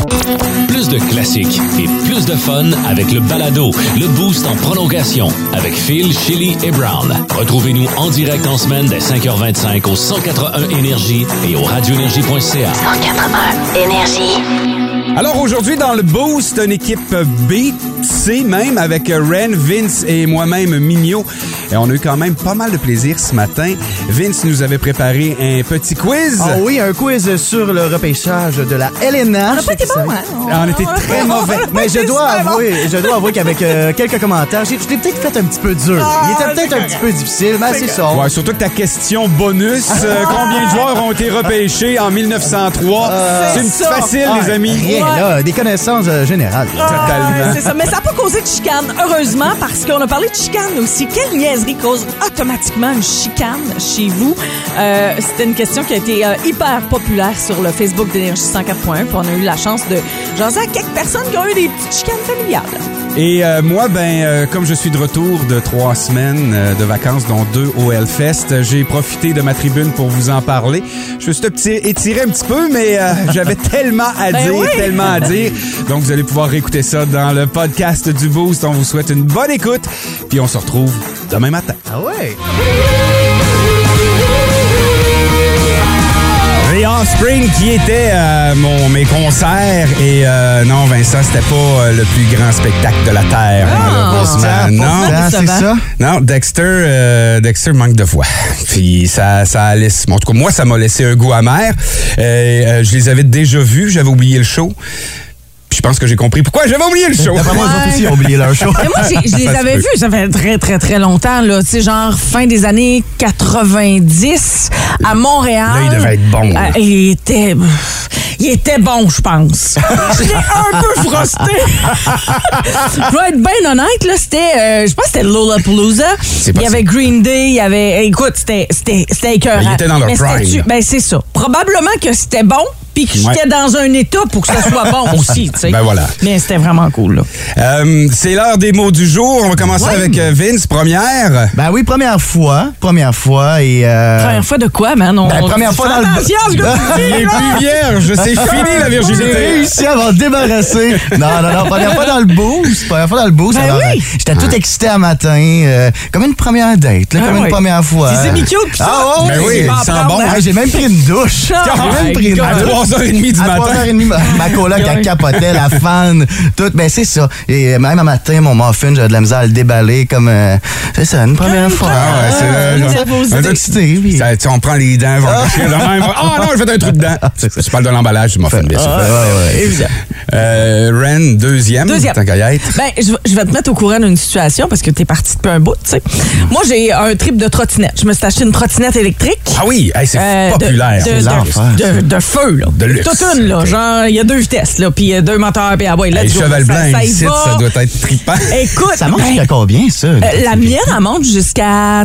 Plus de classiques et plus de fun avec le balado, le Boost en prolongation avec Phil, Chili et Brown. Retrouvez-nous en direct en semaine dès 5h25 au 181 Énergie et au radioénergie.ca. 181 Énergie. Alors aujourd'hui, dans le Boost, une équipe B, C même, avec Ren, Vince et moi-même, Mignot. Et on a eu quand même pas mal de plaisir ce matin. Vince nous avait préparé un petit quiz. Ah oui, un quiz sur le repêchage de la LNH. On n'a pas été bon, hein? On était très mauvais. Mais je dois avouer qu'avec quelques commentaires, je l'ai peut-être fait un petit peu dur. Il était peut-être un petit peu difficile, mais c'est ça. Ouais, surtout que ta question bonus, combien de joueurs ont été repêchés en 1903? C'est une petite facile, les amis. Rien, là, des connaissances générales. Totalement. C'est ça, mais ça n'a pas causé de chicane, heureusement, parce qu'on a parlé de chicane aussi. Quelle niaiserie cause automatiquement une chicane chez vous? C'était une question qui a été hyper populaire sur le Facebook d'Énergie 104.1, puis on a eu la chance de jaser à quelques personnes qui ont eu des petites chicanes familiales. Et moi, comme je suis de retour de 3 semaines de vacances, dont 2 au Hellfest, j'ai profité de ma tribune pour vous en parler. Je me suis étiré un petit peu, mais j'avais tellement à dire. Donc, vous allez pouvoir réécouter ça dans le podcast du Boost. On vous souhaite une bonne écoute, puis on se retrouve demain matin. Ah ouais? The Offspring qui était mes concerts et non, Vincent, c'était pas le plus grand spectacle de la Terre. Non, c'est ça? Non, Dexter manque de voix. Puis ça allait. En tout cas, moi, ça m'a laissé un goût amer. Je les avais déjà vus, j'avais oublié le show. Je pense que j'ai compris pourquoi j'avais oublié le show. D'après moi, eux autres aussi ont oublié leur show. Mais moi, je les avais vus, ça fait très, très, très longtemps, là. Tu sais, genre fin des années 90 à Montréal. Là, il devait être bon. Il était bon, je pense. Je l'ai un peu frosté. Je dois être bien honnête, là, c'était, je pense que c'était Lollapalooza. Il y avait Green Day, il y avait, écoute, c'était écœurant. Il était dans leur prime. Ben, c'est ça. Probablement que c'était bon, puis que j'étais dans un état pour que ça soit bon aussi, tu sais. Ben voilà. Mais c'était vraiment cool, là. C'est l'heure des mots du jour. On va commencer avec Vince, première. Ben oui, première fois et... Première fois de quoi, man? Première fois dans le... Les plus vierges, c'est fini la virginité. J'ai réussi à m'en débarrasser. Non, première fois dans le Boost. Ben alors, oui. J'étais tout excité un matin, comme une première date, là, comme une première fois. C'est Mickey qui Ah ouais, ben oui, il sent bon. J'ai même pris une douche. À 3h30 du à matin. 3h30, ma coloc, elle capotait, la fan, tout. Ben, c'est ça. Et même un matin, mon muffin, j'avais de la misère à le déballer comme... c'est ça, une première fois. Un excité, oui. On prend les dents, on va coucher de même. Oh non, je fais un truc dedans. Je parle de l'emballage du muffin, bien sûr. Évidemment. Ren, deuxième. Tant qu'à y être. Ben, je vais te mettre au courant d'une situation parce que t'es parti depuis un bout, tu sais. Moi, j'ai un trip de trottinette. Je me suis acheté une trottinette électrique. Ah oui, c'est populaire. De feu, là. De luxe. Toute une, là. Genre, il y a 2 vitesses, là, puis 2 moteurs, puis les cheval blanc ici, ça doit être trippant. Écoute, ça monte jusqu'à combien, ça? La mienne, elle monte jusqu'à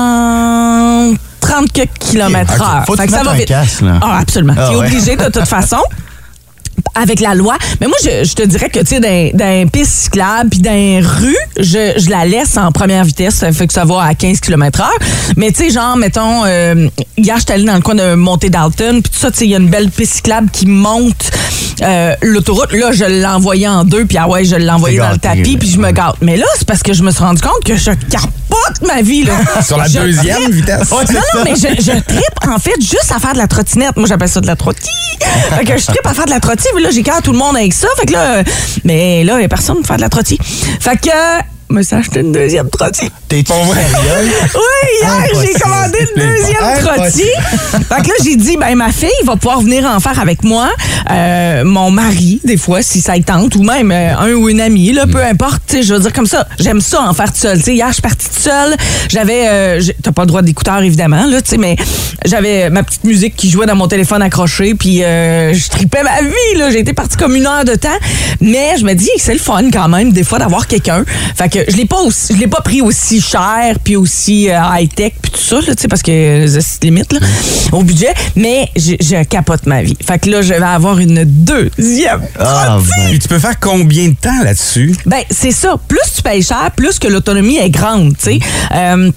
30 km/h. Faut que tu ça mettes va un vite. casque, là. Ah, absolument. T'es obligé de toute façon. Avec la loi. Mais moi, je te dirais que, tu sais, d'un piste cyclable puis d'un rue, je la laisse en première vitesse. Ça fait que ça va à 15 km/h. Mais, tu sais, genre, mettons, hier, j'étais allée dans le coin de Monté-Dalton, puis tout ça, tu sais, il y a une belle piste cyclable qui monte l'autoroute. Là, je l'ai envoyée en 2, puis je l'ai envoyée dans le tapis, puis je me gâte. Mais là, c'est parce que je me suis rendu compte que je capote ma vie, là. Sur la deuxième vitesse. Non, mais je trippe, en fait, juste à faire de la trottinette. Moi, j'appelle ça de la trottie. Fait que je trippe à faire de la trottie. Là, j'écarte tout le monde avec ça. Fait que là, mais là, il n'y a personne pour faire de la trottie. Fait que, me suis acheté une deuxième trottie. T'es-tu sérieux? Oui, hier, j'ai commandé une deuxième trottie. Fait que là, j'ai dit, ben ma fille va pouvoir venir en faire avec moi. Mon mari, des fois, si ça y tente, ou même un ou une amie, là, peu importe. Je veux dire, comme ça, j'aime ça en faire toute seule. T'sais, hier, je suis partie toute seule. J'avais... t'as pas le droit d'écouteur, évidemment, là, mais j'avais ma petite musique qui jouait dans mon téléphone accroché, puis je tripais ma vie, là. J'ai été partie comme 1 heure de temps. Mais je me dis que c'est le fun, quand même, des fois, d'avoir quelqu'un. Fait que je l'ai pas pris aussi cher puis aussi high-tech puis tout ça, là, parce que c'est limite là, au budget, mais je capote ma vie. Fait que là, je vais avoir une deuxième trottie. Puis tu peux faire combien de temps là-dessus? Ben, c'est ça. Plus tu payes cher, plus que l'autonomie est grande, tu sais.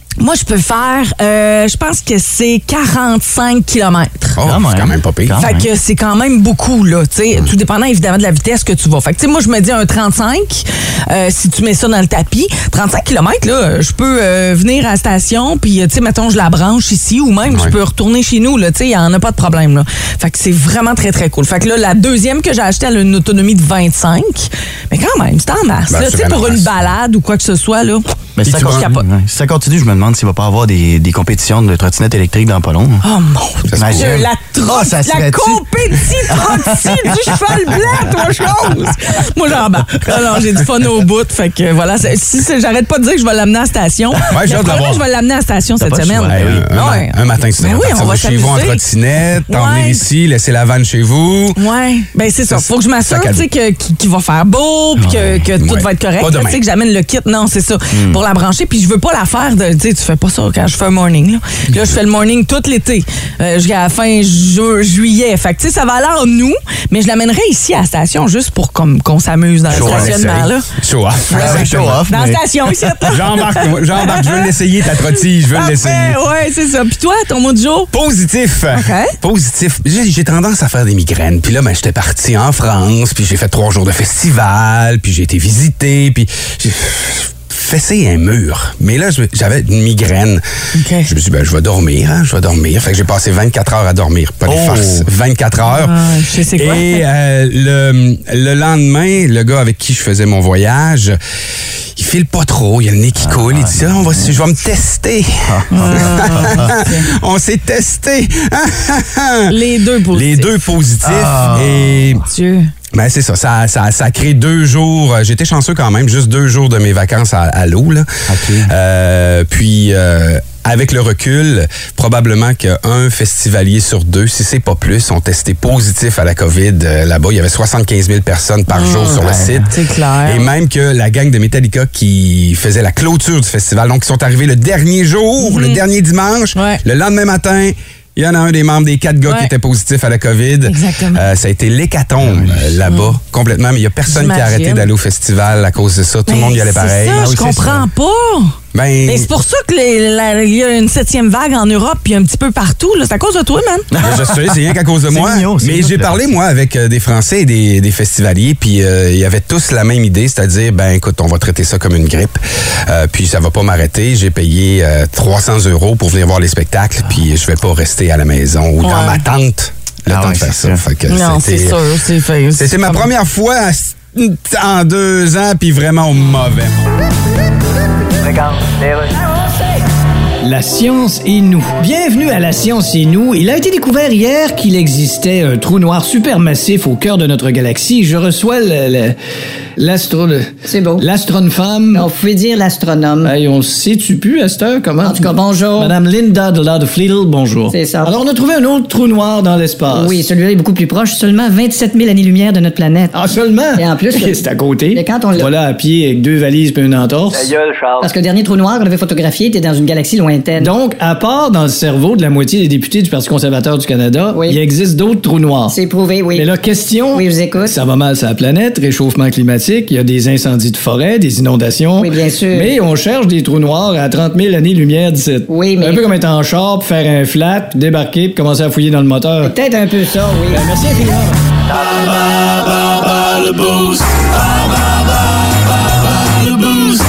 Moi, je peux faire, je pense que c'est 45 km. Oh, c'est quand même pas pire. Fait que c'est quand même beaucoup, là, tu sais, tout dépendant évidemment de la vitesse que tu vas. Fait que, tu sais, moi, je me dis un 35, si tu mets ça dans le tapis. 35 km, là, je peux venir à la station, puis, tu sais, mettons, je la branche ici, ou même, je peux retourner chez nous, là, tu sais, il n'y en a pas de problème, là. Fait que c'est vraiment très, très cool. Fait que là, la deuxième que j'ai achetée, elle a une autonomie de 25, mais quand même, c'est en masse, là, tu sais, pour une balade ou quoi que ce soit, là. Mais si ça continue, je me demande s'il va pas avoir des compétitions de trottinettes électriques dans pas long. Oh mon Dieu, la compétition trottinette du cheval blanc, toi, chose. Moi, j'embarque. Alors, j'ai du fun au bout. Fait que voilà, si j'arrête pas de dire que je vais l'amener à la station. Ouais, j'ai hâte de l'avoir. Je vais l'amener à la station cette semaine. Un matin, tu on va chez vous en trottinette, t'emmener ici, laisser la vanne chez vous. Oui, ben c'est ça. Faut que je m'assure qu'il va faire beau, puis que tout va être correct. Tu sais que j'amène le kit. Non, c'est ça. Pour la brancher, puis je veux pas la faire de, tu sais, tu fais pas ça quand je fais un morning, là. Là, je fais le morning tout l'été, jusqu'à la fin juillet. Fait que, tu sais, ça va aller en nous, mais je l'amènerai ici à la station juste pour qu'on s'amuse dans le stationnement, là. Show off. Show off. Dans la station, ici. J'embarque, je veux l'essayer, ta trottille, je veux l'essayer. Ouais, c'est ça. Puis toi, ton mot du jour? Positif. OK. Positif. J'ai tendance à faire des migraines. Puis là, ben, j'étais parti en France, puis j'ai fait 3 jours de festival, puis j'ai été visiter, puis fessé un mur. Mais là, j'avais une migraine. Okay. Je me suis dit, je vais dormir. Fait que j'ai passé 24 heures à dormir. Pas des farces. 24 heures. Je sais quoi. Et le lendemain, le gars avec qui je faisais mon voyage, il file pas trop. Il a le nez qui coule. Il dit, je vais me tester. On s'est testé. Les deux positifs. Les deux positifs. Et Dieu. Ben c'est ça. Ça a créé 2 jours. J'étais chanceux quand même, juste 2 jours de mes vacances à l'eau, là. Okay. Puis avec le recul, probablement qu'un festivalier sur 2, si c'est pas plus, ont testé positif à la COVID là-bas. Il y avait 75 000 personnes par jour sur le site. C'est clair. Et même que la gang de Metallica qui faisait la clôture du festival, donc ils sont arrivés le dernier jour, le dernier dimanche, le lendemain matin. Il y en a un des membres des 4 gars qui était positif à la COVID. Exactement. Ça a été l'hécatombe là-bas, complètement. Mais il n'y a personne qui a arrêté d'aller au festival à cause de ça. Tout le monde y allait pareil. C'est ça, je comprends pas. Mais c'est pour ça qu'il y a une 7e vague en Europe puis un petit peu partout. Là. C'est à cause de toi, man. Je sais, c'est rien qu'à cause de moi. Mais j'ai parlé, moi, avec des Français et des festivaliers, puis ils avaient tous la même idée, c'est-à-dire, écoute, on va traiter ça comme une grippe, puis ça va pas m'arrêter. J'ai payé 300 € pour venir voir les spectacles, puis je vais pas rester à la maison ou dans ma tente le temps de faire ça. Fait que non, c'est sûr. C'était ma première fois en 2 ans, puis vraiment au mauvais moment. La science et nous. Bienvenue à La science et nous. Il a été découvert hier qu'il existait un trou noir supermassif au cœur de notre galaxie. Je reçois C'est beau. l'astronome. On pouvait dire l'astronome. Hey, on se sait-tu plus à cette heure, comment? En tout cas, bonjour. Madame Linda de Fleedle, bonjour. C'est ça. Alors, on a trouvé un autre trou noir dans l'espace. Oui, celui-là est beaucoup plus proche, seulement 27 000 années-lumière de notre planète. Ah, seulement? Et en plus... C'est à côté. Et quand on l'a... Voilà, à pied, avec 2 valises et une entorse. Ta gueule, Charles. Parce que le dernier trou noir qu'on avait photographié était dans une galaxie lointaine. Donc, à part dans le cerveau de la moitié des députés du Parti conservateur du Canada, il existe d'autres trous noirs. C'est prouvé, oui. Mais là, question... Oui, je vous écoute. Ça va mal sur la planète, réchauffement climatique, il y a des incendies de forêt, des inondations. Oui, bien sûr. Mais on cherche des trous noirs à 30 000 années-lumière d'ici. Oui, mais... Un peu comme être en char, puis faire un flat, puis débarquer, puis commencer à fouiller dans le moteur. Peut-être un peu ça, oui. Merci infiniment. Le boost. Le boost.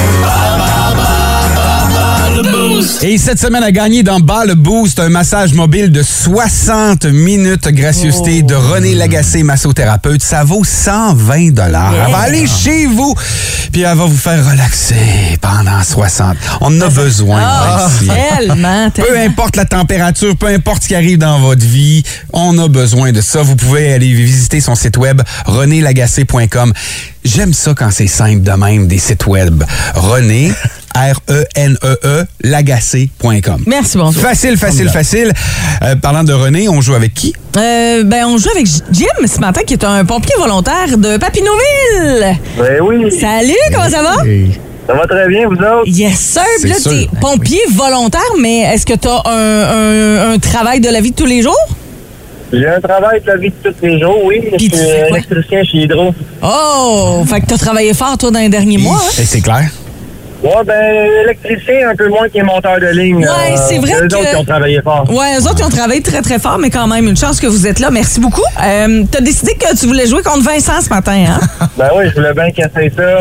Et cette semaine a gagné dans Bas le Boost un massage mobile de 60 minutes, gracieuseté de René Lagacé, massothérapeute. Ça vaut 120 $. Elle va aller chez vous, puis elle va vous faire relaxer pendant 60. On en a besoin ici. Tellement. Peu importe la température, peu importe ce qui arrive dans votre vie, on a besoin de ça. Vous pouvez aller visiter son site web renélagacé.com. J'aime ça quand c'est simple de même, des sites web. René, R-E-N-E-E, lagacé.com. Merci, bonjour. Facile. Parlant de René, on joue avec qui? On joue avec Jim ce matin, qui est un pompier volontaire de Papineauville. Oui. Salut, comment ça va? Ça va très bien, vous autres? Yes, sir. Puis là, t'es pompier volontaire, mais est-ce que t'as un travail de la vie de tous les jours? J'ai un travail de la vie de tous les jours, oui. Je suis électricien chez Hydro. Oh! Fait que t'as travaillé fort, toi, dans les derniers mois, hein? Et c'est clair. Ouais, électricien, un peu moins qu'il est monteur de ligne. Ouais, c'est vrai que... Eux autres qui ont travaillé fort. Ouais, eux autres, ils ont travaillé très, très fort, mais quand même, une chance que vous êtes là. Merci beaucoup. T'as décidé que tu voulais jouer contre Vincent ce matin, hein? Oui, je voulais bien casser ça.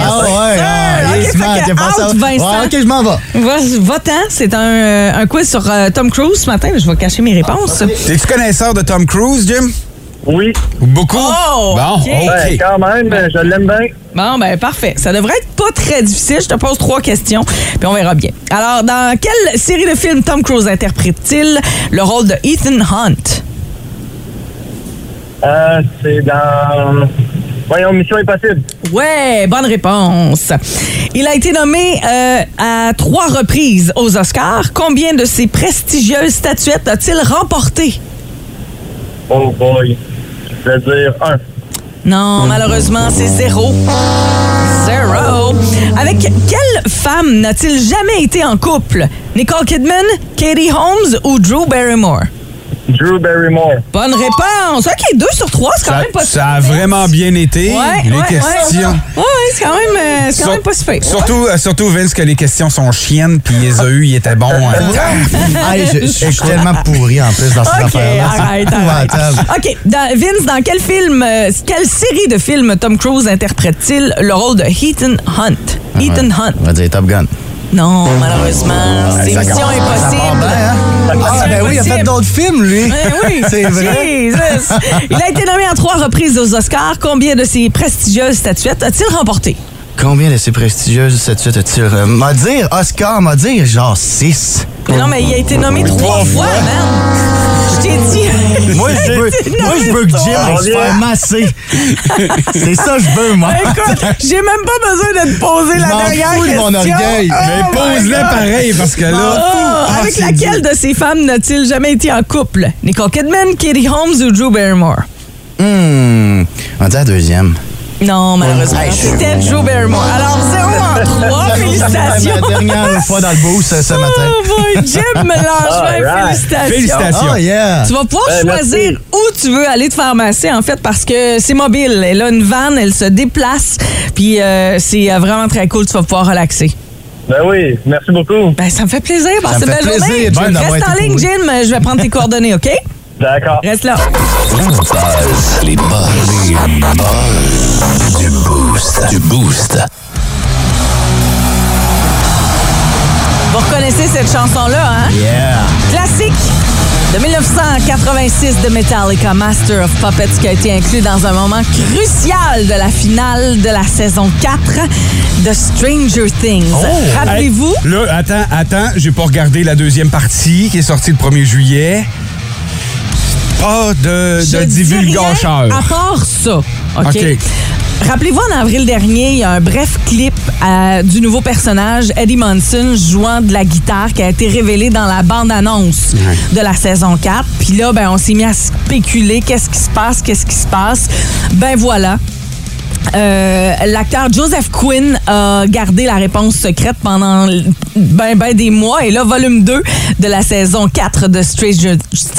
Vincent. OK, je m'en vais. Va-t'en. C'est un quiz sur Tom Cruise ce matin. Je vais cacher mes réponses. T'es-tu connaisseur de Tom Cruise, Jim? Oui. Beaucoup? Oh! Bon, OK. Ouais, quand même, je l'aime bien. Bon, parfait. Ça devrait être pas très difficile. Je te pose 3 questions, puis on verra bien. Alors, dans quelle série de films Tom Cruise interprète-t-il le rôle de Ethan Hunt? C'est dans... Voyons, Mission Impossible. Ouais, bonne réponse. Il a été nommé à 3 reprises aux Oscars. Combien de ces prestigieuses statuettes a-t-il remporté? Oh boy. Je vais dire 1. Non, malheureusement, c'est 0. 0. Avec quelle femme n'a-t-il jamais été en couple? Nicole Kidman, Katie Holmes ou Drew Barrymore? Drew Barrymore. Bonne réponse. OK, 2 sur 3, c'est quand même pas Ça a vraiment bien été, les questions. Ouais, c'est quand même pas si fait. Surtout, Vince, que les questions sont chiennes, puis il les a eues, il était bon. Je suis tellement pourri en plus dans ces affaires-là. Arrête. OK, Vince, dans quelle série de films Tom Cruise interprète-t-il le rôle de Ethan Hunt? Ethan Hunt. On va dire Top Gun. Non, malheureusement. C'est Mission Impossible. Oui, il a fait d'autres films, lui. Oui, c'est vrai. Jesus. Il a été nommé à 3 reprises aux Oscars. Combien de ces prestigieuses statuettes a-t-il remporté? Combien de ces prestigieuses statuettes a-t-il? Oscar, genre 6. Mais non, mais il a été nommé 3 fois, man. Je t'ai dit. Moi, je veux que Jim se fasse masser. C'est ça que je veux, moi. Écoute, j'ai même pas besoin de te poser la dernière question. De mon orgueil. Mais pose-le pareil, parce que là... avec laquelle de ces femmes n'a-t-il jamais été en couple? Nicole Kidman, Katie Holmes ou Drew Barrymore? On va dire la deuxième. Non, malheureusement. C'était Drew Barrymore. Alors, 0 en 3. Félicitations. C'est ma dernière fois dans le boost ce matin. Oh boy, Jim Langevin, félicitations. Oh yeah. Tu vas pouvoir choisir où tu veux aller te faire masser, en fait, parce que c'est mobile. Elle a une vanne, elle se déplace, puis c'est vraiment très cool. Tu vas pouvoir relaxer. Ben oui, merci beaucoup. Ça me fait plaisir. Passez une belle journée. Reste en ligne, Jim. Je vais prendre tes coordonnées, OK? D'accord. Reste là. Les buzz du Boost. Vous reconnaissez cette chanson-là, hein? Yeah. Classique de 1986 de Metallica, Master of Puppets, qui a été inclus dans un moment crucial de la finale de la saison 4 de Stranger Things. Rappelez-vous? Là, attends, j'ai pas regardé la deuxième partie qui est sortie le 1er juillet. Pas de divulgacheur. À part ça, OK? Rappelez-vous, en avril dernier, il y a un bref clip du nouveau personnage, Eddie Munson, jouant de la guitare, qui a été révélé dans la bande-annonce de la saison 4. Puis là, on s'est mis à spéculer qu'est-ce qui se passe. Ben voilà. L'acteur Joseph Quinn a gardé la réponse secrète pendant des mois. Et là, volume 2 de la saison 4 de Stranger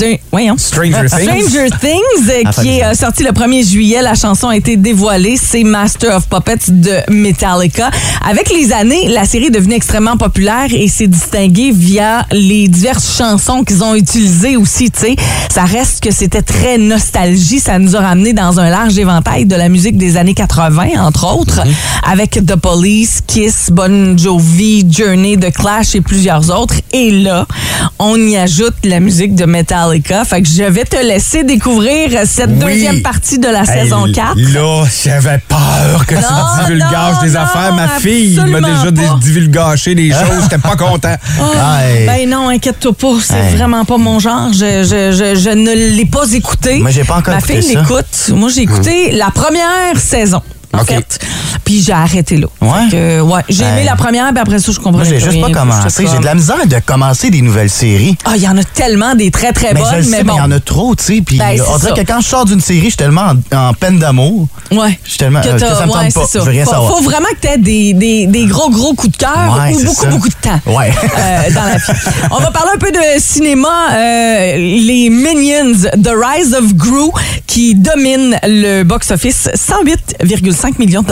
Things, qui est sorti le 1er juillet. La chanson a été dévoilée. C'est Master of Puppets de Metallica. Avec les années, la série est devenue extrêmement populaire et s'est distinguée via les diverses chansons qu'ils ont utilisées aussi. T'sais. Ça reste que c'était très nostalgie. Ça nous a ramené dans un large éventail de la musique des années 80, entre autres, avec The Police, Kiss, Bon Jovi, Journey, The Clash et plusieurs autres. Et là, on y ajoute la musique de Metallica. Fait que je vais te laisser découvrir cette deuxième partie de la saison 4. Là, j'avais peur que tu divulgages des affaires. Ma fille m'a déjà divulgaché des choses. J'étais pas content. Ben non, inquiète-toi pas. C'est vraiment pas mon genre. Je ne l'ai pas écouté. Moi, j'ai pas encore écouté ça. Ma fille l'écoute. Moi, j'ai écouté la première saison. En fait. Puis j'ai arrêté là. J'ai aimé la première, puis après ça, je comprends. Moi, j'ai juste pas commencé. J'ai de la misère de commencer des nouvelles séries. Ah, il y en a tellement des très, très bonnes, mais bon. Il y en a trop, tu sais. Puis on dirait que quand je sors d'une série, je suis tellement en peine d'amour. Ouais. Je suis tellement. Que ça me tente pas. Je veux rien savoir. Faut vraiment que tu aies des gros coups de cœur ou beaucoup de temps dans la vie. On va parler un peu de cinéma. Les Minions, The Rise of Gru, qui domine le box-office. 108,5 millions de dollars, un total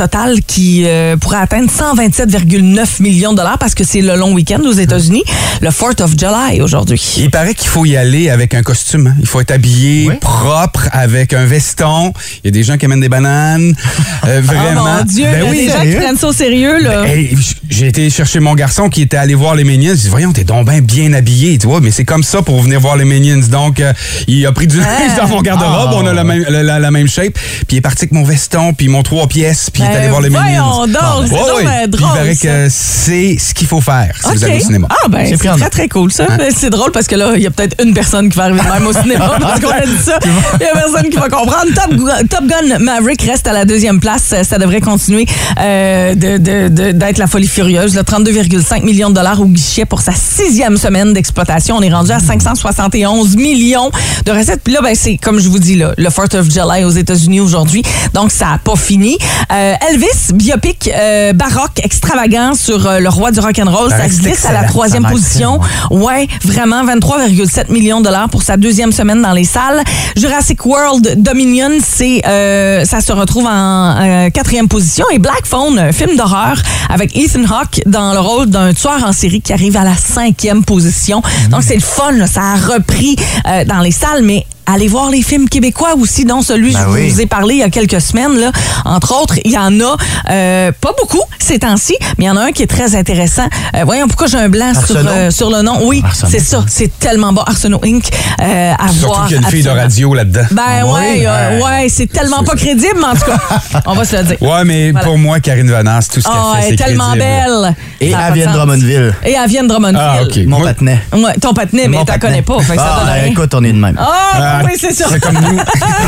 total qui pourrait atteindre 127,9 millions de dollars parce que c'est le long week-end aux États-Unis, le 4th of July aujourd'hui. Il paraît qu'il faut y aller avec un costume. Il faut être habillé propre, avec un veston. Il y a des gens qui amènent des bananes. Vraiment. Oh mon Dieu, ben il y a des gens qui prennent ça au sérieux, là. J'ai été chercher mon garçon qui était allé voir les Minions. J'ai dit, voyons, t'es donc bien habillé. Tu vois, mais c'est comme ça pour venir voir les Minions. Donc, il a pris du linge dans mon garde-robe. On a la même shape. Puis il est parti avec mon veston, puis mon 3 pièces, puis il est allé voir les Minions. Donc, c'est drôle. Il paraît que c'est ce qu'il faut faire si vous allez au cinéma. Ah, ben, c'est très, très cool, ça. Hein? C'est drôle parce que là, il y a peut-être une personne qui va arriver même au cinéma parce qu'on a dit ça. Il y a personne qui va comprendre. Top Gun Maverick reste à la 2e place. Ça devrait continuer d'être la folie furieuse. 32,5 millions de dollars au guichet pour sa 6e semaine d'exploitation. On est rendu à 571 millions de recettes. Puis là, ben, c'est, comme je vous dis, là, le 4th of July aux États-Unis aujourd'hui. Donc, ça n'a pas fini. Elvis, biopic baroque, extravagant sur le roi du rock'n'roll. Ça se glisse à la 3e position. Ouais, vraiment, 23,7 millions de dollars pour sa 2e semaine dans les salles. Jurassic World Dominion, ça se retrouve en 4e position. Et Black Phone, un film d'horreur avec Ethan Hawke dans le rôle d'un tueur en série qui arrive à la 5e position. Donc, c'est le fun, là. Ça a repris dans les salles, mais allez voir les films québécois aussi, dont celui que je vous ai parlé il y a quelques semaines. Là. Entre autres, il y en a pas beaucoup ces temps-ci, mais il y en a un qui est très intéressant. Voyons pourquoi j'ai un blanc sur le nom. Oui, Arsenault. C'est ça. C'est tellement bon. Arsenault Inc. À surtout voir. qu'il y a une fille de radio là-dedans. Ben ouais, c'est tellement pas crédible, mais en tout cas, on va se le dire. Ouais, mais pour moi, Karine Vanasse, tout ce qu'elle fait, c'est tellement crédible. Belle. Et elle vient de Drummondville. Et elle vient de Drummondville. Ah, OK. Mon patinet. Ouais, ton patinet, mais t'en connais pas. Fait que ça donne rien. Écoute, on est de même. Oui, c'est ça. C'est comme nous.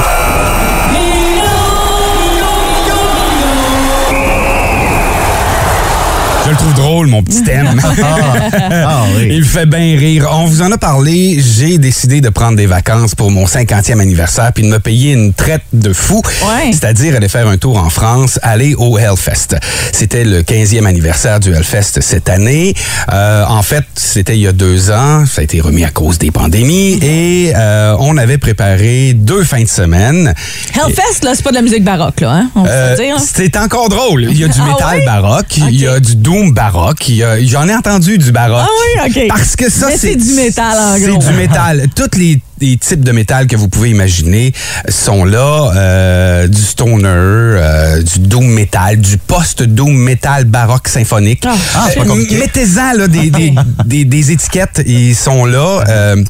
Je le trouve drôle, mon petit thème. Oui. Il me fait bien rire. On vous en a parlé. J'ai décidé de prendre des vacances pour mon 50e anniversaire puis de me payer une traite de fou. Ouais. C'est-à-dire aller faire un tour en France, aller au Hellfest. C'était le 15e anniversaire du Hellfest cette année. En fait, c'était il y a 2 ans. Ça a été remis à cause des pandémies. Et on avait préparé 2 fins de semaine. Hellfest, là, c'est pas de la musique baroque, là, hein? On peut se dire. C'est encore drôle. Il y a du métal baroque. Okay. Il y a du doom baroque. J'en ai entendu du baroque. Ah oui, OK. Parce que ça, c'est du métal, en gros. C'est du métal. Tous les types de métal que vous pouvez imaginer sont là. Du stoner, du doom metal, du post-doom metal baroque symphonique. C'est pas compliqué. Mettez-en là, des étiquettes. Ils sont là.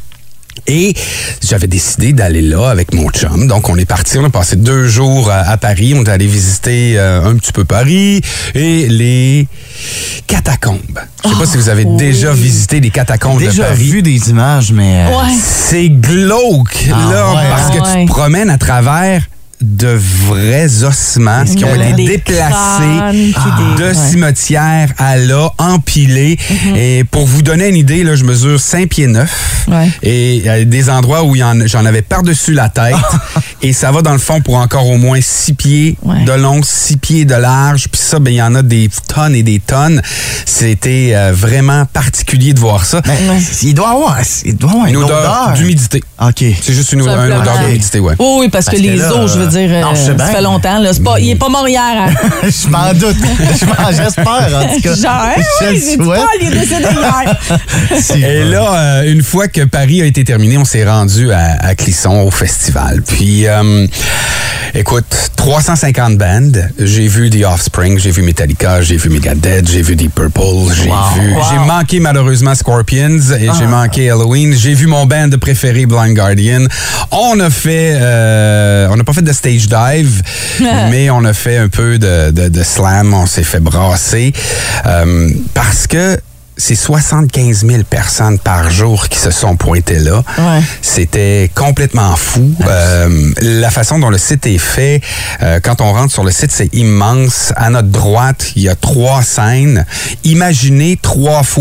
Et j'avais décidé d'aller là avec mon chum. Donc, on est parti. On a passé 2 jours à Paris. On est allé visiter un petit peu Paris et les catacombes. Je sais pas si vous avez déjà visité les catacombes de Paris. Déjà vu des images, mais... C'est glauque, parce que tu te promènes à travers de vrais ossements qui ont été déplacés de cimetière à là, empilés. Et pour vous donner une idée, là, je mesure 5 pieds 9. Et il y a des endroits où j'en avais par-dessus la tête. Et ça va dans le fond pour encore au moins 6 pieds de long, 6 pieds de large. Puis ça, ben, il y en a des tonnes et des tonnes. C'était vraiment particulier de voir ça. Il doit avoir une odeur d'humidité. OK. C'est juste une odeur d'humidité, ouais. Oui, parce que les os, je veux dire, ça fait longtemps. Là. Il est pas mort hier. Hein? Je m'en doute. J'espère, en tout cas. Genre, il est décédé hier. Et là, une fois que Paris a été terminé, on s'est rendu à Clisson, au festival. Puis, écoute, 350 bandes. J'ai vu The Offspring, j'ai vu Metallica, j'ai vu Megadeth, j'ai vu Deep Purple, j'ai manqué malheureusement Scorpions et j'ai manqué Halloween. J'ai vu mon band préféré, Blind Guardian. On n'a pas fait de stage dive, mais on a fait un peu de slam. On s'est fait brasser parce que c'est 75 000 personnes par jour qui se sont pointées là. C'était complètement fou. La façon dont le site est fait, quand on rentre sur le site, c'est immense. À notre droite, il y a 3 scènes. Imaginez 3 fois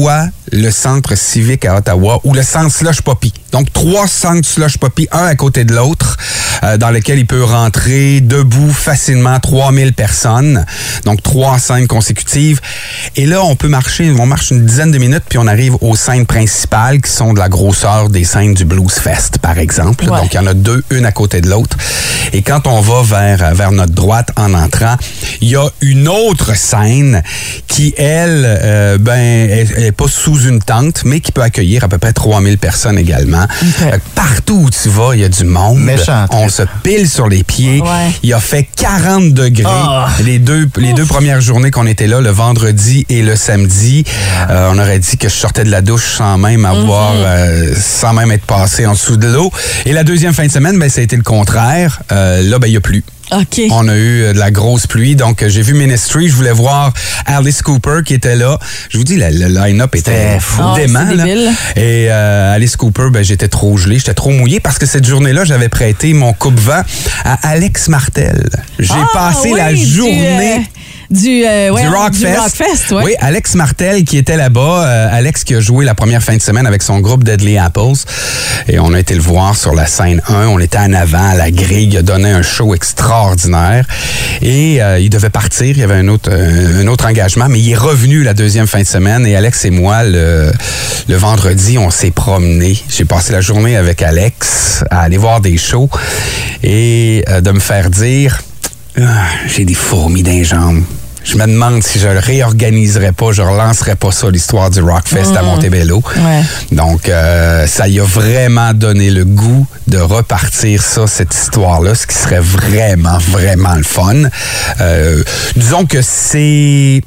le centre civique à Ottawa ou le centre Slush Poppy. Donc, 3 centres Slush Poppy, un à côté de l'autre, dans lequel il peut rentrer debout facilement 3000 personnes. Donc, 3 scènes consécutives. Et là, on marche une dizaine de minutes, puis on arrive aux scènes principales qui sont de la grosseur des scènes du Blues Fest, par exemple. Ouais. Donc, il y en a 2, une à côté de l'autre. Et quand on va vers notre droite en entrant, il y a une autre scène qui, elle, est pas sous une tente, mais qui peut accueillir à peu près 3000 personnes également. Okay. Partout où tu vas, il y a du monde. Méchant. On se pile sur les pieds. Ouais. Il a fait 40 degrés les deux premières journées qu'on était là, le vendredi et le samedi. On aurait dit que je sortais de la douche sans même sans même être passé en dessous de l'eau. Et la deuxième fin de semaine, ça a été le contraire. Là, il n'y a plus. Okay. On a eu de la grosse pluie, donc j'ai vu Ministry, je voulais voir Alice Cooper qui était là. Je vous dis, le line-up était fou dément. Là. Et Alice Cooper, j'étais trop gelé, j'étais trop mouillé parce que cette journée-là, j'avais prêté mon coupe-vent à Alex Martel. J'ai passé la journée... Du Rockfest. Oui, Alex Martel qui était là-bas. Alex qui a joué la première fin de semaine avec son groupe Deadly Apples. Et on a été le voir sur la scène 1. On était en avant à la grille. Il a donné un show extraordinaire. Et il devait partir. Il y avait un autre engagement. Mais il est revenu la deuxième fin de semaine. Et Alex et moi, le vendredi, on s'est promenés. J'ai passé la journée avec Alex à aller voir des shows. Et de me faire dire... j'ai des fourmis dans les jambes. Je me demande si je le réorganiserais pas, je relancerais pas ça, l'histoire du Rockfest à Montebello. Ouais. Donc, ça y a vraiment donné le goût de repartir cette histoire-là, ce qui serait vraiment, vraiment le fun. Disons que il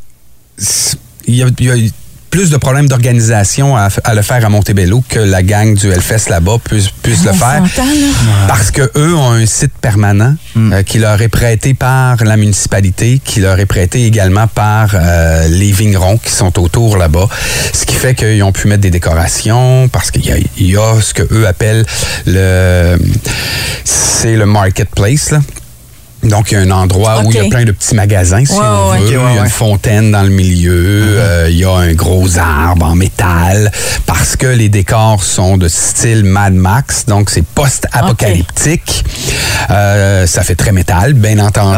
y a plus de problèmes d'organisation à le faire à Montebello que la gang du Hellfest là-bas puisse le faire. Parce que eux ont un site permanent qui leur est prêté par la municipalité, qui leur est prêté également par les vignerons qui sont autour là-bas. Ce qui fait qu'ils ont pu mettre des décorations parce qu'il y a ce qu'eux appellent c'est le marketplace, là. Donc, il y a un endroit où il y a plein de petits magasins, si on veut. Il y a une fontaine dans le milieu. Il y a un gros arbre en métal parce que les décors sont de style Mad Max. Donc, c'est post-apocalyptique. Ça fait très métal, bien entendu.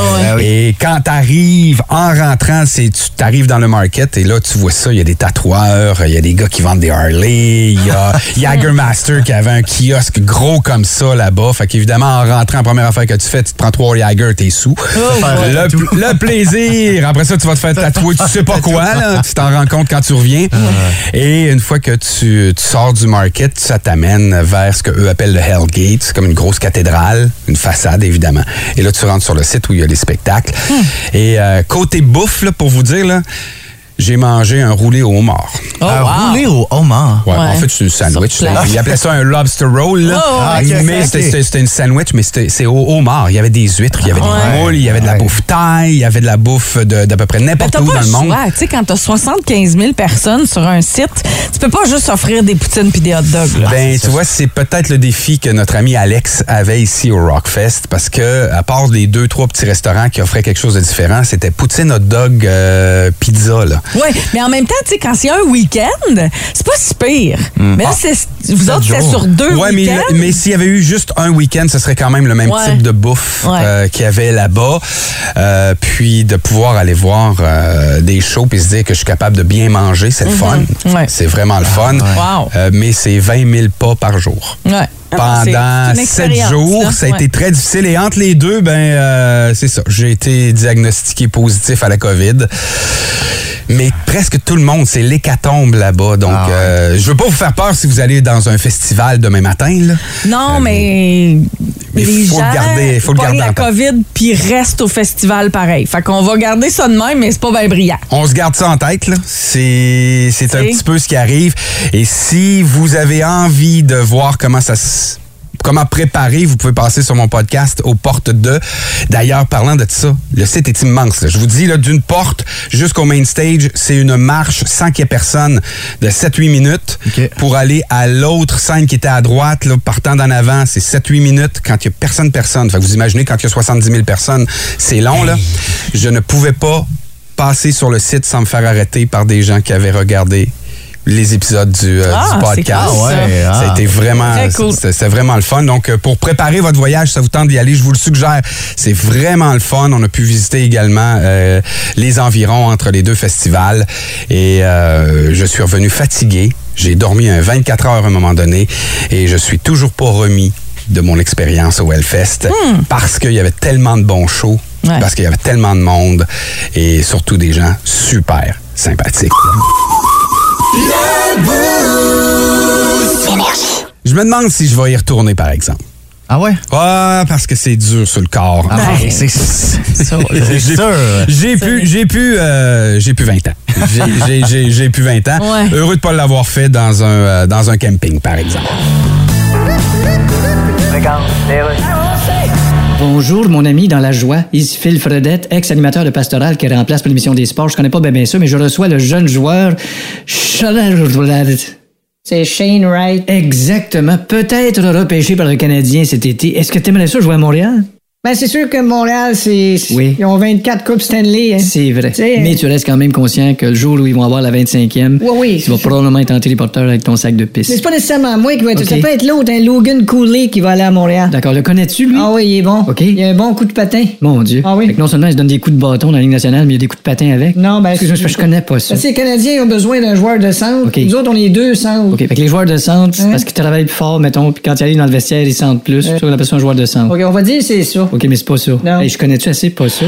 Et quand t'arrives, en rentrant, tu t'arrives dans le market et là, tu vois ça. Il y a des tatoueurs, il y a des gars qui vendent des Harley. Il y a Jagermaster qui avait un kiosque gros comme ça là-bas. Fait qu'évidemment, en rentrant, la première affaire que tu fais, tu te prends 3 Jagger, t'es sous. Le plaisir. Après ça, tu vas te faire tatouer, tu sais pas quoi, là. Tu t'en rends compte quand tu reviens. Et une fois que tu sors du market, ça t'amène vers ce qu'eux appellent le Hellgate. C'est comme une grosse cathédrale, une façade, évidemment. Et là, tu rentres sur le site où il y a les spectacles. Et côté bouffe, là, pour vous dire, là, j'ai mangé un roulé au homard. Roulé au homard? Ouais. En fait, c'est une sandwich. Ils appelaient ça un lobster roll. Là. Mais c'était une sandwich, mais c'est au homard. Il y avait des huîtres, il y avait des moules, il y avait de la bouffe thaï, il y avait de la bouffe d'à peu près n'importe où dans le monde. Tu sais, quand t'as 75 000 personnes sur un site, tu peux pas juste offrir des poutines puis des hot dogs. Là. Tu vois, c'est peut-être le défi que notre ami Alex avait ici au Rockfest parce que, à part les 2-3 petits restaurants qui offraient quelque chose de différent, c'était poutine, hot dog, pizza, là. Oui, mais en même temps, tu sais, quand il y a un week-end, c'est pas si pire. Mais là, vous autres, c'est sur 2 week-ends. Mais s'il y avait eu juste un week-end, ce serait quand même le même type de bouffe qu'il y avait là-bas. Puis de pouvoir aller voir des shows puis se dire que je suis capable de bien manger, c'est le fun. Ouais. C'est vraiment le fun. Mais c'est 20 000 pas par jour. Ouais. Pendant 7 jours, ça a été très difficile. Et entre les deux, c'est ça. J'ai été diagnostiqué positif à la COVID. Mais presque tout le monde, c'est l'hécatombe là-bas. Donc, je veux pas vous faire peur si vous allez dans un festival demain matin. Là. Non, mais les faut gens le garder la COVID puis restent au festival pareil. Fait qu'on va garder ça de même, mais c'est pas bien brillant. On se garde ça en tête. Là. C'est un petit peu ce qui arrive. Et si vous avez envie de voir comment préparer, vous pouvez passer sur mon podcast aux portes de. D'ailleurs, parlant de ça, le site est immense. Là. Je vous dis, là, d'une porte jusqu'au main stage, c'est une marche sans qu'il y ait personne de 7-8 minutes. Okay. Pour aller à l'autre scène qui était à droite, là, partant d'en avant, c'est 7-8 minutes quand il n'y a personne. Fait que vous imaginez, quand il y a 70 000 personnes, c'est long. Là. Je ne pouvais pas passer sur le site sans me faire arrêter par des gens qui avaient regardé les épisodes du podcast. Cool, ça a été vraiment, cool. c'était vraiment le fun. Donc, pour préparer votre voyage, ça vous tente d'y aller, je vous le suggère. C'est vraiment le fun. On a pu visiter également les environs entre les deux festivals. Et je suis revenu fatigué. J'ai dormi 24 heures à un moment donné et je suis toujours pas remis de mon expérience au Hellfest parce qu'il y avait tellement de bons shows, parce qu'il y avait tellement de monde et surtout des gens super sympathiques. Je me demande si je vais y retourner, par exemple. Ah ouais? Ouais, parce que c'est dur sur le corps. Ah ouais, c'est sûr. J'ai plus 20 ans. J'ai plus 20 ans. Ouais. Heureux de ne pas l'avoir fait dans un camping, par exemple. Bonjour, mon ami dans la joie. Ici Phil Fredette, ex-animateur de Pastoral qui remplace pour l'émission des sports. Je connais pas bien ça, mais je reçois le jeune joueur C'est Shane Wright. Exactement. Peut-être repêché par le Canadien cet été. Est-ce que tu aimerais ça jouer à Montréal? Ben, c'est sûr que Montréal, Oui. Ils ont 24 Coupes Stanley. Hein. C'est vrai. T'sais, Mais tu restes quand même conscient que le jour où ils vont avoir la 25e, oui. tu vas probablement être en téléporteur avec ton sac de pisse. Mais c'est pas nécessairement moi qui va être... Ok. Ça peut être l'autre, Logan Cooley qui va aller à Montréal. D'accord. Le connais-tu, lui? Ah oui, il est bon. OK. Il a un bon coup de patin. Mon Dieu. Ah oui. Fait que non seulement il se donne des coups de bâton dans la Ligue nationale, mais il y a des coups de patin avec. Non, ben... Excuse-moi, je connais pas ça. Parce que les Canadiens ont besoin d'un joueur de centre. Ok. Nous autres, on est deux centres. OK. Fait que les joueurs de centre, c'est Hein? parce qu'ils travaillent plus fort, mettons, puis quand ils arrivent dans le vestiaire, ils sentent plus. C'est pour ça qu'on appelle ça un joueur de centre. OK, on va dire c'est ça. OK, mais c'est pas ça. Non. Hey, je connais-tu assez pas ça?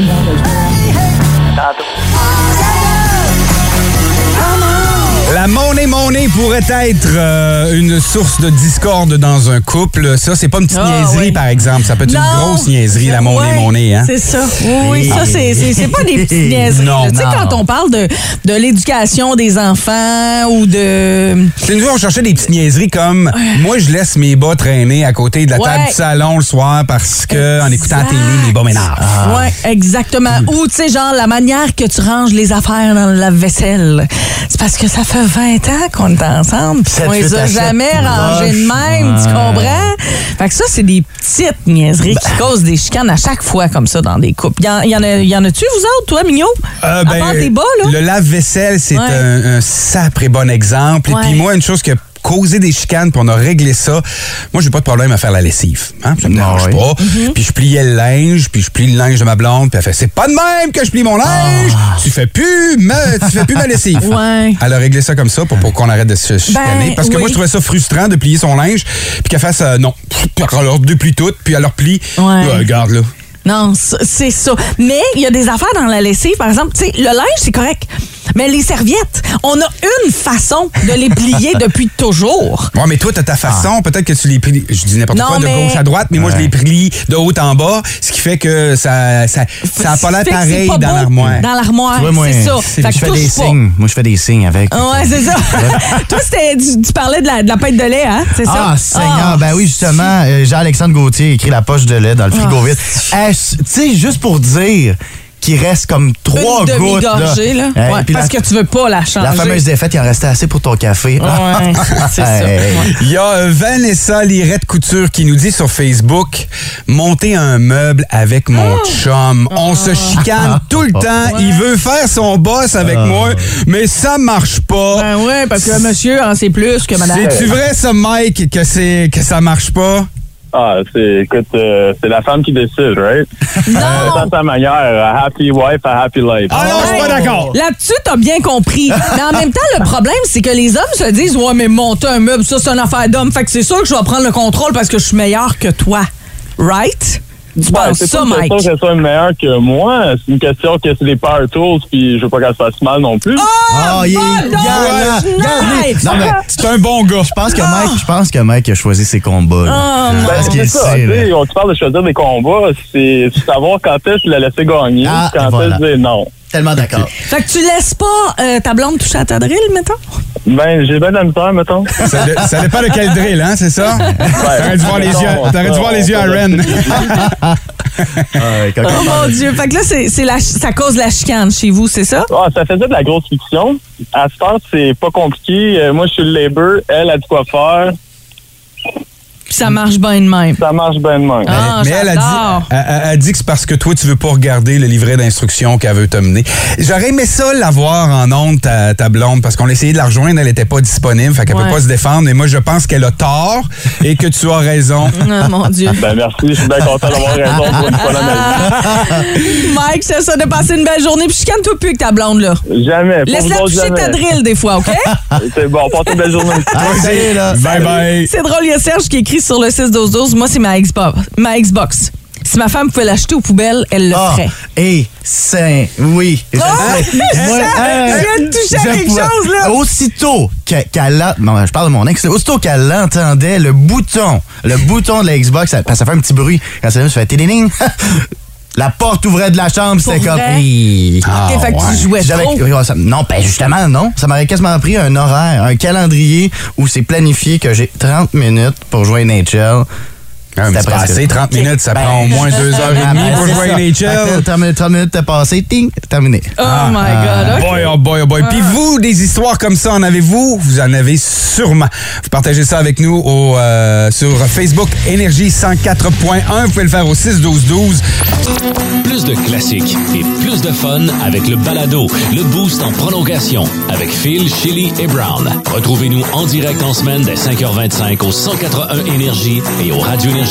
La monnaie pourrait être une source de discorde dans un couple. Ça, c'est pas une petite niaiserie, par exemple. Ça peut être une grosse niaiserie, la monnaie, hein? C'est ça. Oui, ça, c'est pas des petites niaiseries. Non. Tu sais, quand on parle de l'éducation des enfants ou de... C'est une fois, on cherchait des petites niaiseries comme moi, je laisse mes bas traîner à côté de la table du salon le soir parce que en écoutant la télé, mes bas m'énervent. Oui, exactement. Ou, tu sais, genre, la manière que tu ranges les affaires dans le lave-vaisselle. C'est parce que ça fait 20 ans qu'on est ensemble pis on les a jamais rangés de même, tu comprends? Fait que ça, c'est des petites niaiseries qui causent des chicanes à chaque fois comme ça dans des couples. Y en a-tu, vous autres, toi, Mignot? À part tes bas, là? Le lave-vaisselle, c'est un sacré bon exemple. Et puis moi, une chose que causer des chicanes, puis on a réglé ça. Moi, j'ai pas de problème à faire la lessive. Hein? Ça me dérange pas. Puis je pliais le linge, puis je plie le linge de ma blonde, puis elle fait, c'est pas de même que je plie mon linge! Tu fais plus ma lessive. Elle a réglé ça comme ça pour qu'on arrête de se chicaner. Parce que moi, je trouvais ça frustrant de plier son linge, puis qu'elle fasse non. Elle leur déplie tout, puis elle leur plie. Regarde, là. Non, c'est ça. Mais il y a des affaires dans la lessive, par exemple, tu sais, le linge, c'est correct. Mais les serviettes, on a une façon de les plier depuis toujours. Ouais, mais toi, t'as ta façon. Peut-être que tu les plies, je dis n'importe quoi, de gauche à droite, mais moi, je les plie de haut en bas, ce qui fait que ça a pas l'air pareil dans l'armoire. Dans l'armoire, c'est ça. Fait que je fais des signes. Moi, je fais des signes avec. Ouais, c'est ça. Toi, tu parlais de la pinte de lait, hein? C'est ça? Ah, Seigneur. Ben oui, justement, Jean-Alexandre Gauthier a écrit la poche de lait dans le frigo vide. Tu sais, juste pour dire qu'il reste comme 3 une gouttes. Demi-gorgée, là. Ouais, parce que tu veux pas la changer. La fameuse défaite, il en restait assez pour ton café. Ouais, c'est ça. Il y a Vanessa Lirette Couture qui nous dit sur Facebook, monter un meuble avec mon chum. On se chicane tout le temps. Il veut faire son boss avec moi, mais ça marche pas. Ben ouais, parce que monsieur en sait plus que madame. C'est-tu vrai ça, Mike, que ça marche pas? Ah, c'est la femme qui décide, right? Non! Dans sa manière, a happy wife, a happy life. Ah non, je suis pas d'accord. Là-dessus, t'as bien compris. Mais en même temps, le problème, c'est que les hommes se disent, ouais, mais monter un meuble, ça, c'est une affaire d'homme. Fait que c'est sûr que je vais prendre le contrôle parce que je suis meilleur que toi. Right? Tu penses ça, Mike? C'est pas que ça soit meilleur que moi. C'est une question que c'est des power tools, puis je veux pas qu'elle se fasse mal non plus. C'est un bon gars. Je pense que Mike a choisi ses combats. C'est ça. On te parle de choisir des combats. C'est savoir quand est-ce qu'il a laissé gagner, quand est-ce qu'il dit non. Tellement d'accord. Fait que tu laisses pas ta blonde toucher à ta drill, mettons? Ben, j'ai bien de la misère, mettons. Ça dépend de quel drill, hein, c'est ça? T'aurais dû voir les yeux à Ren. Oh mon Dieu. Fait que là, ça cause la chicane chez vous, c'est ça? Ah, ça faisait de la grosse fiction. À ce temps, c'est pas compliqué. Moi, je suis le labor. Elle a de quoi faire. Puis ça marche bien de même. Ça marche bien de même. Ah, mais elle a dit que c'est parce que toi, tu veux pas regarder le livret d'instructions qu'elle veut te mener. J'aurais aimé ça l'avoir en ondes, ta blonde, parce qu'on a essayé de la rejoindre, elle était pas disponible, fait qu'elle peut pas se défendre. Mais moi, je pense qu'elle a tort et que tu as raison. Oh, mon Dieu. Ben merci, je suis bien content d'avoir raison pour une fois dans ma vie. Mike, c'est ça, de passer une belle journée. Puis chicane-toi plus avec ta blonde, là. Jamais. Laisse-la toucher ta drill des fois, OK? C'est bon, passe une belle journée. Salut, là. Bye bye. C'est drôle, il y a Serge qui écrit sur le 6-12-12. Moi, c'est ma Xbox. Si ma femme pouvait l'acheter aux poubelles, elle le ferait. Et c'est... Oui. Je viens de toucher à quelque chose, là. Aussitôt qu'elle a... Non, je parle de mon ex. Aussitôt qu'elle entendait le bouton de la Xbox, ça fait un petit bruit. Quand ça fait téléning, la porte ouvrait de la chambre, c'était comme... OK, fait que tu jouais trop. Non, ben justement, non. Ça m'aurait quasiment pris un horaire, un calendrier où c'est planifié que j'ai 30 minutes pour jouer NHL. C'est passé 30 minutes, ça prend au moins 2h30 pour jouer à NHL. 30 minutes, t'as passé, ting, terminé. Oh my God. Okay. Oh boy. Puis vous, des histoires comme ça, en avez-vous? Vous en avez sûrement. Vous partagez ça avec nous sur Facebook Énergie 104.1. Vous pouvez le faire au 6-12-12. Plus de classiques et plus de fun avec le balado, le Boost en prolongation avec Phil, Chili et Brown. Retrouvez-nous en direct en semaine dès 5h25 au 181 Énergie et au radioénergie.ca.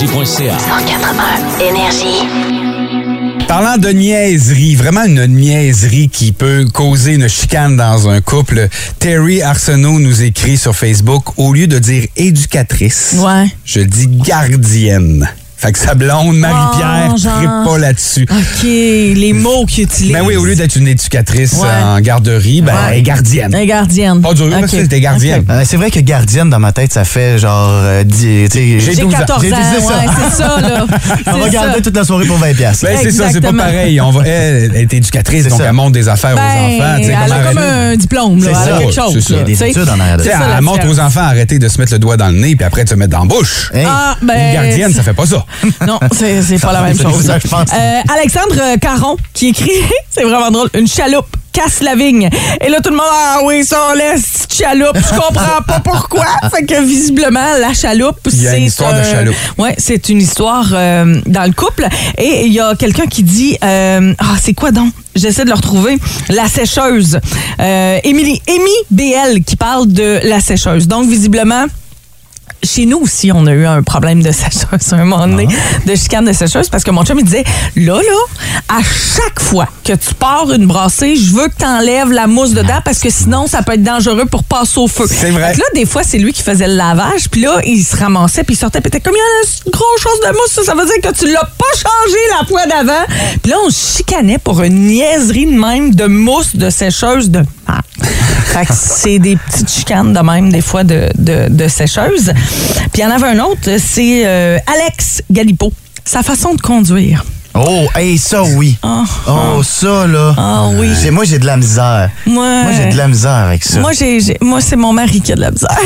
181 Énergie. Parlant de niaiserie, vraiment une niaiserie qui peut causer une chicane dans un couple, Terry Arsenault nous écrit sur Facebook, au lieu de dire éducatrice, je dis gardienne. Fait que sa blonde, Marie-Pierre, trippe pas là-dessus. OK, les mots qu'il utilise. Ben oui, au lieu d'être une éducatrice en garderie, elle est gardienne. Elle est gardienne. Pas dur, parce que c'était gardienne. C'est vrai que gardienne, dans ma tête, ça fait genre... j'ai 14 ans, c'est ça, là. On va garder toute la soirée pour 20$. Ben c'est ça, c'est pas pareil. Elle est éducatrice, donc elle montre des affaires aux enfants. Elle a comme un diplôme, là. Elle a quelque chose. Il y a des études en arrière de ça. Elle montre aux enfants à arrêter de se mettre le doigt dans le nez puis après de se mettre dans la bouche. Une gardienne, ça fait pas ça. Non, c'est pas la même chose. Alexandre Caron qui écrit, c'est vraiment drôle, une chaloupe casse la vigne. Et là, tout le monde, oui, ça, on laisse chaloupe. Je comprends pas pourquoi. Fait que visiblement, la chaloupe, il y a une histoire de chaloupe. Oui, c'est une histoire dans le couple. Et il y a quelqu'un qui dit, c'est quoi donc? J'essaie de le retrouver. La sécheuse. Émy BL qui parle de la sécheuse. Donc, visiblement, chez nous aussi, on a eu un problème de sécheuse à un moment donné, de chicane de sécheuse, parce que mon chum, il disait, là, à chaque fois que tu pars une brassée, je veux que tu enlèves la mousse dedans, parce que sinon, ça peut être dangereux pour passer au feu. C'est vrai. Donc là, des fois, c'est lui qui faisait le lavage, puis là, il se ramassait, puis il sortait, puis il était comme, il y a une grosse chose de mousse, ça veut dire que tu l'as pas changé la fois d'avant. Puis là, on se chicanait pour une niaiserie de même de mousse de sécheuse de merde. Fait que c'est des petites chicanes de même, des fois, de sécheuse. Puis il y en avait un autre, c'est Alex Galipo. Sa façon de conduire. Oh, hey, ça, oui. Ça, là. Ah, oui. Moi, j'ai de la misère. Moi, j'ai de la misère avec ça. Moi, c'est mon mari qui a de la misère.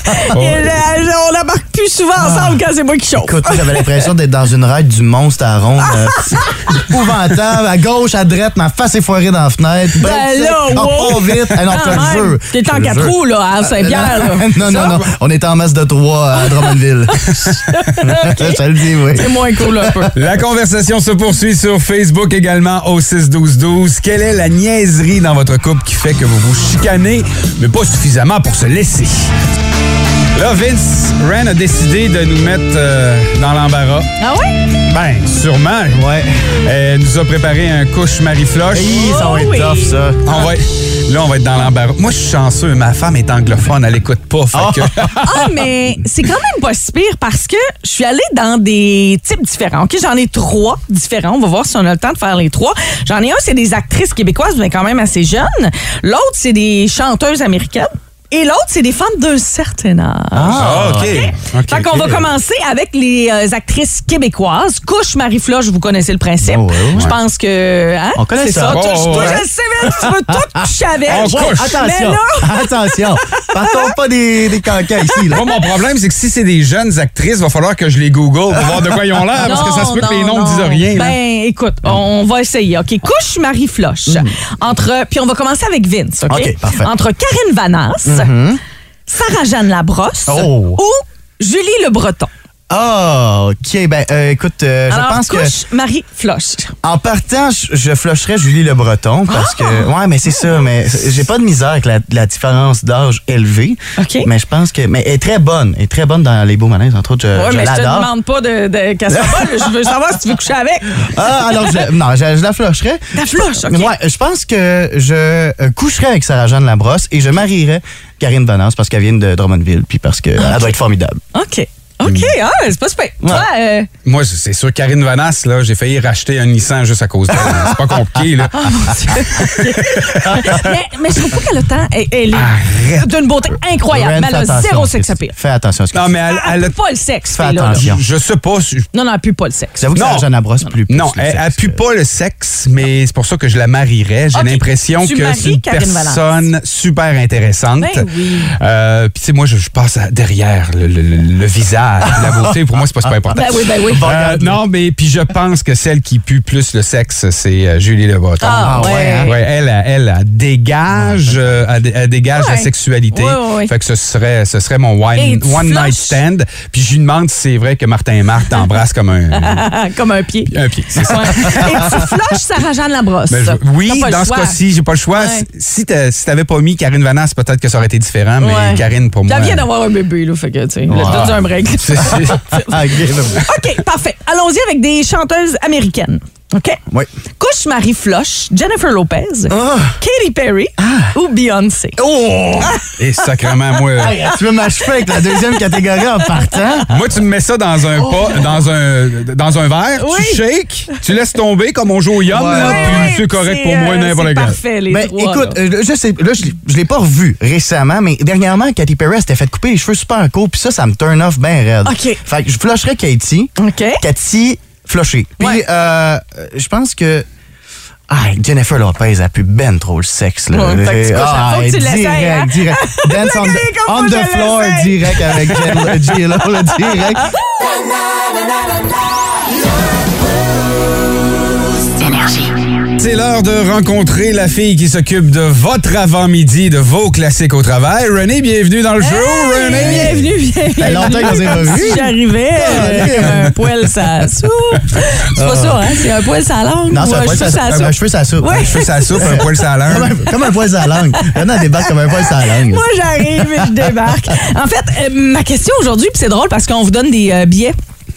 On n'embarque plus souvent ensemble quand c'est moi qui chauffe. Écoute, j'avais l'impression d'être dans une ride du monstre à ronde. Épouvantable. À gauche, à droite, ma face est foirée dans la fenêtre. Pas vite. Non, je veux. T'es en 4 roues, là, à Saint-Pierre. Non. On est en masse de 3 à Drummondville. Je le dis, oui. C'est moins cool, un peu. La conversation se poursuit sur Facebook également au 6-12-12. Quelle est la niaiserie dans votre couple qui fait que vous vous chicanez, mais pas suffisamment pour se laisser? Là, Vince Ren a décidé de nous mettre dans l'embarras. Ah oui? Ben, sûrement. Ouais. Elle nous a préparé un couche Marie-Floche. Ça va être tough, ça. Là, on va être dans l'embarras. Moi, je suis chanceux. Ma femme est anglophone. Elle écoute pas. Mais c'est quand même pas si pire parce que je suis allée dans des types différents. OK, j'en ai 3 différents. On va voir si on a le temps de faire les 3. J'en ai un, c'est des actrices québécoises, mais quand même assez jeunes. L'autre, c'est des chanteuses américaines. Et l'autre, c'est des femmes d'un certain âge. OK. Fait qu'on va commencer avec les actrices québécoises. Couche Marie-Floche, vous connaissez le principe. Je pense que... On connaît ça. Je sais même, tu veux tout coucher avec. Attention. Partons pas des cancans ici. Là. Moi, mon problème, c'est que si c'est des jeunes actrices, il va falloir que je les google pour voir de quoi ils ont l'air, parce que ça se peut que les noms ne disent rien. Ben, écoute, on va essayer. OK, Couche Marie-Floche. Puis on va commencer avec Vince. OK, parfait. Entre Karine Vanasse, Sarah-Jeanne Labrosse ou Julie Le Breton. Ah, OK. Ben, écoute, Alors, je pense couche, Marie flush. En partant, je flusherais Julie Le Breton parce que... Ouais, mais c'est ça. Mais j'ai pas de misère avec la différence d'âge élevée. OK. Mais je pense que... Mais elle est très bonne. Elle est très bonne dans Les Beaux Malins, entre autres. Je mais l'adore. je te demande pas qu'elle soit bonne. Je veux savoir si tu veux coucher avec. Ah, alors, je la flusherais. La flush, OK. Ouais, je pense que je coucherais avec Sarah-Jeanne Labrosse et je marierais Karine Vanasse parce qu'elle vient de Drummondville puis parce qu'elle doit être formidable. OK. OK, c'est pas super. Ouais. Toi, Moi, c'est sûr, Karine Vanasse, là, j'ai failli racheter un Nissan juste à cause d'elle. C'est pas compliqué, là. Oh mon Dieu. mais je trouve pas qu'elle a le temps. Elle est d'une beauté incroyable. Ren, Mais elle a fais attention, zéro Chris. sex appeal. Fais attention à ce que Non, tu mais Elle pue pas le sexe. Fais fille-là, là. attention. je sais pas. Non, elle pue pas le sexe. J'avoue que Non. Sarah-Jeanne Labrosse plus. Non, elle pue pas le sexe, mais c'est pour ça que je la marierais. J'ai OK. l'impression Tu que maries c'est une Karine personne super intéressante. Ben oui. Puis tu sais, moi, je passe derrière le visage, la beauté. Pour moi, c'est pas super important. Ben oui. Non, mais puis je pense que celle qui pue plus le sexe, c'est Julie Le Breton. Ah, ouais. hein? Ouais, elle dégage, elle dégage la Ouais. sexualité. Ouais. Fait que ce serait mon Et tu one night flushes. stand. Puis je lui demande si c'est vrai que Martin et Marthe t'embrassent comme un Comme un pied. pied. C'est ça. Ouais. Et tu flushes Sarah-Jeanne Labrosse. Ben, oui, T'as pas le dans ce choix. cas-ci, j'ai pas le choix. Ouais. Si t'avais pas mis Karine Vanasse, peut-être que ça aurait été différent, mais Ouais. Karine, pour moi... Elle vient d'avoir un bébé, là, fait que, tu sais, donne un break. OK, parfait. Allons-y avec des chanteuses américaines. OK? Oui. Couche Marie Floche, Jennifer Lopez, Katy Perry ou Beyoncé. Oh! Et sacrément, moi... Hey, tu veux m'achever avec la deuxième catégorie en partant? Moi, tu me mets ça dans un dans un verre, Oui. tu shakes, tu laisses tomber comme on joue au yum, là, puis c'est correct pour moi, n'importe C'est quel. parfait, les Ben, trois. écoute, là. je sais, là, je l'ai pas revu récemment, mais dernièrement, Katy Perry s'était fait couper les cheveux super courts, puis ça me turn off bien raide. OK. Fait que je flusherais Katy. OK. Katy, flushée. Puis, Ouais. je pense que... Jennifer Lopez a pu ben trop le sexe. Là. Ouais, fait que tu couches, faut que tu l'essayes, hein? direct. Dance on, Regardez comment on je the floor, l'essaye. direct avec J-Lo, là, direct. Énergie. C'est l'heure de rencontrer la fille qui s'occupe de votre avant-midi, de vos classiques au travail. René, bienvenue dans le show, René. Bienvenue. fait longtemps qu'on s'est pas vu. Si j'arrivais comme un poil sa soupe. C'est pas ça, hein? C'est un poil sa langue. Non, ou c'est un poil cheveu sa soupe. un cheveu sa soupe. Ouais. Je fais sa soupe, un poil sur la langue. Comme un poil sa langue. Il y en a des bacs comme un poil sa langue. Moi, j'arrive et je débarque. En fait, ma question aujourd'hui, puis c'est drôle parce qu'on vous donne des billets.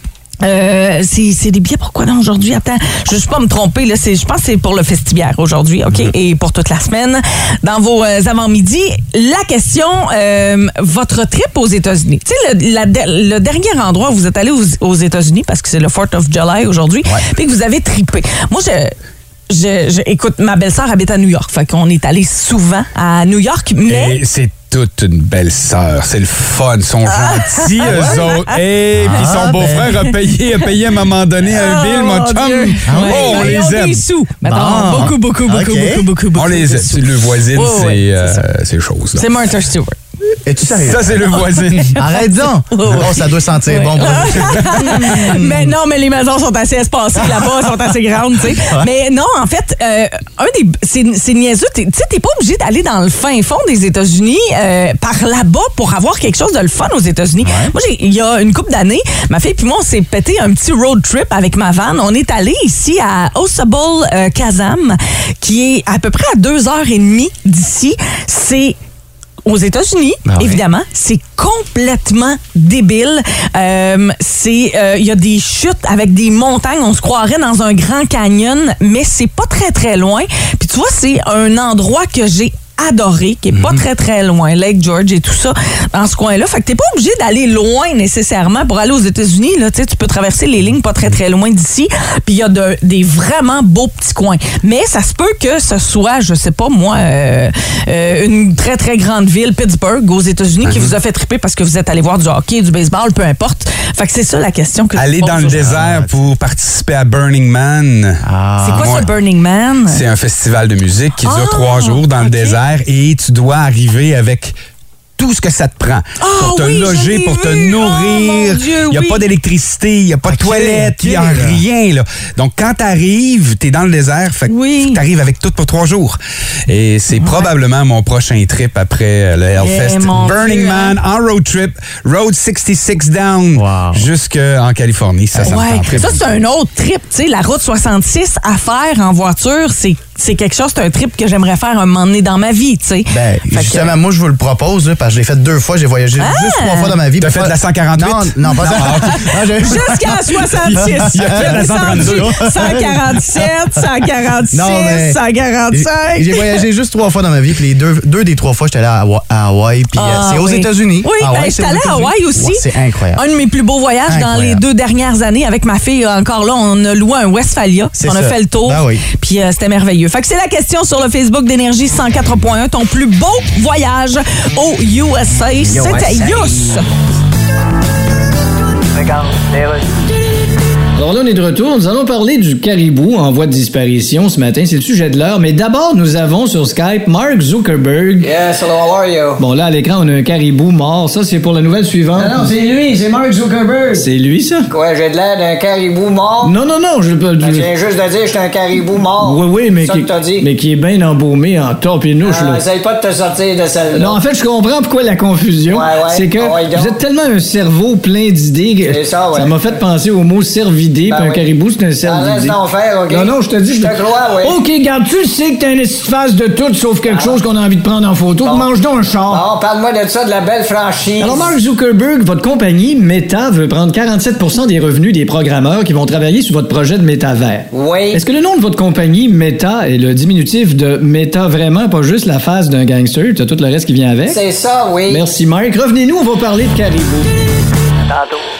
C'est des billets pour quoi non aujourd'hui? Attends, je ne suis pas me tromper. Là, je pense que c'est pour le Festibiaire aujourd'hui, OK? Et pour toute la semaine. Dans vos avant-midi, la question, votre trip aux États-Unis. Tu sais, le dernier endroit où vous êtes allé aux États-Unis, parce que c'est le 4th of July aujourd'hui, puis que vous avez trippé. Moi, écoute, ma belle-sœur habite à New York. Fait qu'on est allé souvent à New York, mais... Et c'est toute une belle sœur. C'est le fun. Ils sont gentils, eux autres. Et puis son beau-frère a payé à un moment donné un bill, mon chum. Dieu. Oh, on Ils ont les aime. des sous. Mettons, Bon. beaucoup. On les aime. C'est le voisine, Ouais, c'est chose. C'est Martha Stewart. Es-tu sérieux? Ça, c'est le voisin. Arrête donc! Oh, ça doit sentir bon. Mais non, mais les maisons sont assez espacées là-bas, sont assez grandes, tu sais. Mais non, en fait, c'est niaiseux. Tu sais, t'es pas obligé d'aller dans le fin fond des États-Unis par là-bas pour avoir quelque chose de le fun aux États-Unis. Moi, il y a une couple d'années, ma fille puis moi, on s'est pété un petit road trip avec ma vanne. On est allé ici à Osable Kazam, qui est à peu près à 2h30 d'ici. C'est aux États-Unis, évidemment, c'est complètement débile. Il y a des chutes avec des montagnes. On se croirait dans un grand canyon, mais c'est pas très, très loin. Puis tu vois, c'est un endroit que j'ai adoré, qui est pas très, très loin, Lake George et tout ça, dans ce coin-là. Fait que t'es pas obligé d'aller loin nécessairement pour aller aux États-Unis. Là, tu peux traverser les lignes pas très, très loin d'ici. Puis il y a des vraiment beaux petits coins. Mais ça se peut que ce soit, je sais pas moi, une très, très grande ville, Pittsburgh, aux États-Unis, qui vous a fait triper parce que vous êtes allé voir du hockey, du baseball, peu importe. Fait que c'est ça la question que Aller je dans le pose désert pour participer à Burning Man. C'est quoi ça, Burning Man? C'est un festival de musique qui dure 3 jours dans le désert et tu dois arriver avec tout ce que ça te prend. Pour te loger, pour te nourrir. Il n'y a pas d'électricité, il n'y a pas de toilette, il n'y a rien. Là. Donc, quand t'arrives, t'es dans le désert, fait que t'arrives avec tout pour 3 jours. Et c'est probablement mon prochain trip après le Hellfest. Burning Man, en road trip, Road 66 down, jusqu'en Californie. Ça me tenterait. Ça, c'est un autre trip. Tu sais, la route 66 à faire en voiture, c'est quelque chose, c'est un trip que j'aimerais faire un moment donné dans ma vie, tu sais. Ben, justement, moi, je vous le propose, là, parce que je l'ai fait 2 fois. J'ai voyagé juste 3 fois dans ma vie. T'as fait de la 148? Non, pas ça. Jusqu'à 66. Il a fait de la 132. 147, 146, 145. J'ai voyagé juste 3 fois dans ma vie, puis les deux des 3 fois, j'étais allé à Hawaï, puis c'est aux États-Unis. Oui, j'étais allé à Hawaï aussi. C'est incroyable. Un de mes plus beaux voyages dans les 2 dernières années avec ma fille. Encore là, on a loué un Westphalia. On a fait le tour. Puis c'était merveilleux. Fait que c'est la question sur le Facebook d'Énergie 104.1. Ton plus beau voyage au USA. C'était Yus. Regarde, Alors là, on est de retour. Nous allons parler du caribou en voie de disparition ce matin. C'est le sujet de l'heure. Mais d'abord, nous avons sur Skype Mark Zuckerberg. Yes, hello, how are you? Bon, là, à l'écran, on a un caribou mort. Ça, c'est pour la nouvelle suivante. Non, c'est lui, c'est Mark Zuckerberg. C'est lui, ça? Quoi, j'ai de l'air d'un caribou mort? Non, je peux Je viens juste de dire que j'étais un caribou mort. Oui, mais, mais qui est bien embaumé en torpinouche, là. Essaye pas de te sortir de celle-là. Non, en fait, je comprends pourquoi la confusion. Ouais. C'est que vous êtes tellement un cerveau plein d'idées. C'est ça, ouais. Ça m'a fait penser au mot cervidé, puis un caribou, c'est un cervidé. Reste en faire, OK? Non, je te dis... Je te crois, oui. OK, garde, tu sais que t'as une face de tout, sauf quelque chose qu'on a envie de prendre en photo. Bon. Mange donc un char. Bon, parle-moi de ça, de la belle franchise. Alors, Mark Zuckerberg, votre compagnie, Meta, veut prendre 47% des revenus des programmeurs qui vont travailler sur votre projet de métavers. Oui. Est-ce que le nom de votre compagnie, Meta, est le diminutif de Meta vraiment, pas juste la face d'un gangster, t'as tout le reste qui vient avec? C'est ça, oui. Merci, Mark. Revenez-nous, on va parler de caribou. Tantôt.